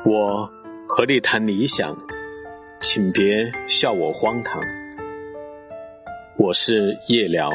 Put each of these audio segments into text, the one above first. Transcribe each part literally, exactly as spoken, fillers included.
我和你谈理想，请别笑我荒唐。我是夜聊。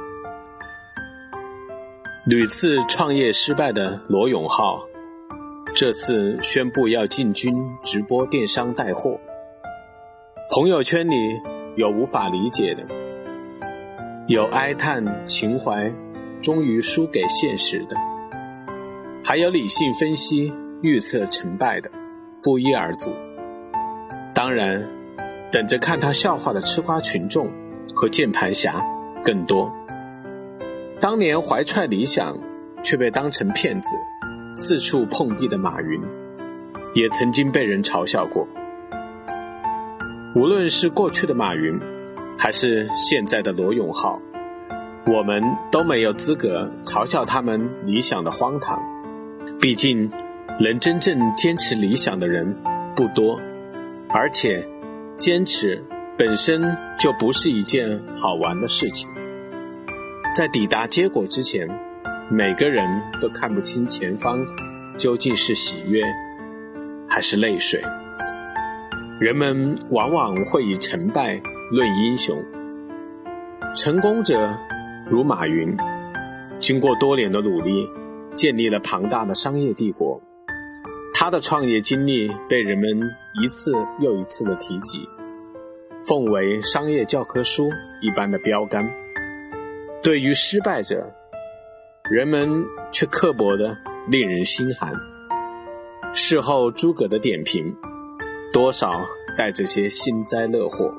屡次创业失败的罗永浩，这次宣布要进军直播电商带货。朋友圈里有无法理解的，有哀叹情怀终于输给现实的，还有理性分析预测成败的，不一而足。当然，等着看他笑话的吃瓜群众和键盘侠更多。当年怀揣理想却被当成骗子四处碰壁的马云，也曾经被人嘲笑过。无论是过去的马云，还是现在的罗永浩，我们都没有资格嘲笑他们理想的荒唐。毕竟能真正坚持理想的人不多，而且坚持本身就不是一件好玩的事情。在抵达结果之前，每个人都看不清前方究竟是喜悦还是泪水。人们往往会以成败论英雄，成功者如马云，经过多年的努力建立了庞大的商业帝国。他的创业经历被人们一次又一次的提及，奉为商业教科书一般的标杆。对于失败者，人们却刻薄的令人心寒。事后诸葛的点评，多少带着些幸灾乐祸。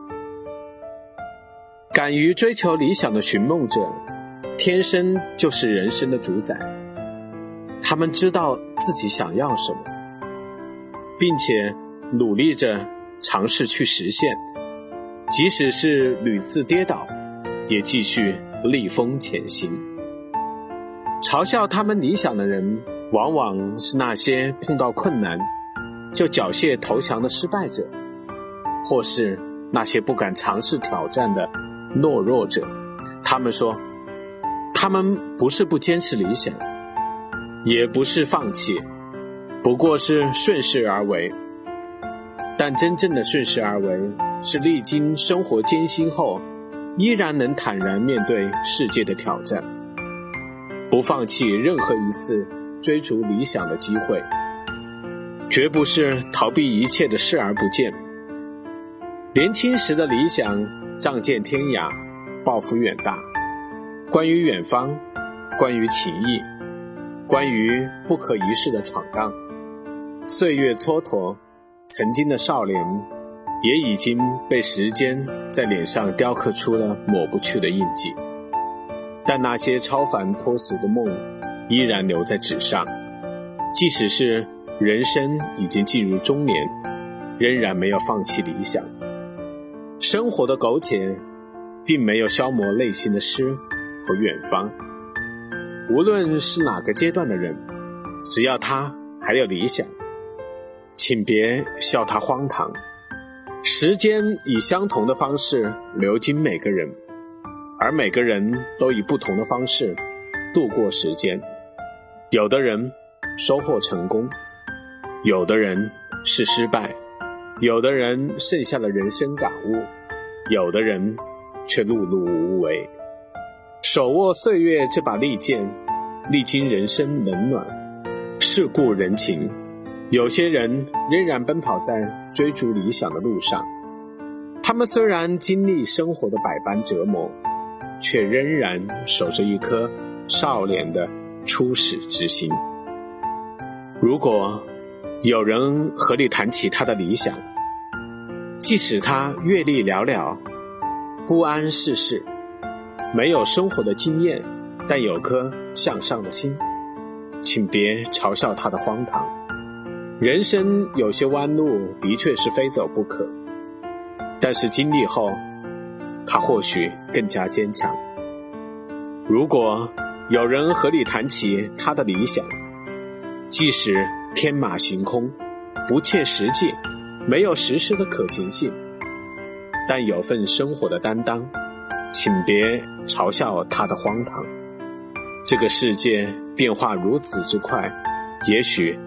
敢于追求理想的寻梦者，天生就是人生的主宰。他们知道自己想要什么，并且努力着尝试去实现，即使是屡次跌倒，也继续逆风前行。嘲笑他们理想的人，往往是那些碰到困难就缴械投降的失败者，或是那些不敢尝试挑战的懦弱者。他们说，他们不是不坚持理想，也不是放弃，不过是顺势而为。但真正的顺势而为，是历经生活艰辛后，依然能坦然面对世界的挑战，不放弃任何一次追逐理想的机会，绝不是逃避一切的视而不见。年轻时的理想仗剑天涯，抱负远大，关于远方，关于情谊，关于不可一世的闯荡。岁月蹉跎，曾经的少年也已经被时间在脸上雕刻出了抹不去的印记，但那些超凡脱俗的梦依然留在纸上。即使是人生已经进入中年，仍然没有放弃理想。生活的苟且并没有消磨内心的诗和远方。无论是哪个阶段的人，只要他还有理想，请别笑他荒唐。时间以相同的方式流经每个人，而每个人都以不同的方式度过时间。有的人收获成功，有的人是失败，有的人剩下了人生感悟，有的人却碌碌无为。手握岁月这把利剑，历经人生冷暖，世故人情，有些人仍然奔跑在追逐理想的路上。他们虽然经历生活的百般折磨，却仍然守着一颗少年的初始之心。如果有人和你谈起他的理想，即使他阅历寥寥，不谙世事，没有生活的经验，但有颗向上的心，请别嘲笑他的荒唐。人生有些弯路的确是非走不可，但是经历后，他或许更加坚强。如果有人和你谈起他的理想，即使天马行空，不切实际，没有实施的可行性，但有份生活的担当，请别嘲笑他的荒唐。这个世界变化如此之快，也许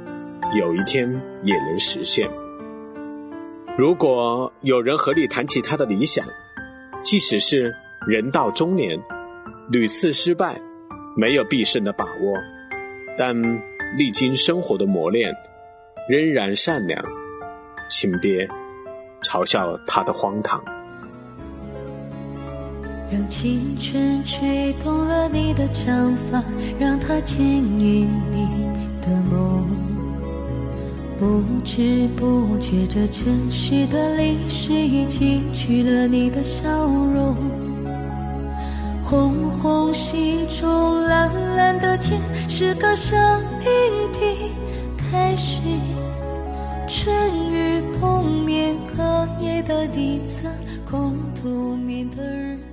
有一天也能实现。如果有人和你谈起他的理想，即使是人到中年，屡次失败，没有必胜的把握，但历经生活的磨练，仍然善良，请别嘲笑他的荒唐。 让青春吹动了你的长发，让它牵引你的梦，不知不觉这城市的历史已记取了你的笑容。红红心中蓝蓝的天，是个生命的开始。春雨碰面，隔夜的你曾共度眠的日子。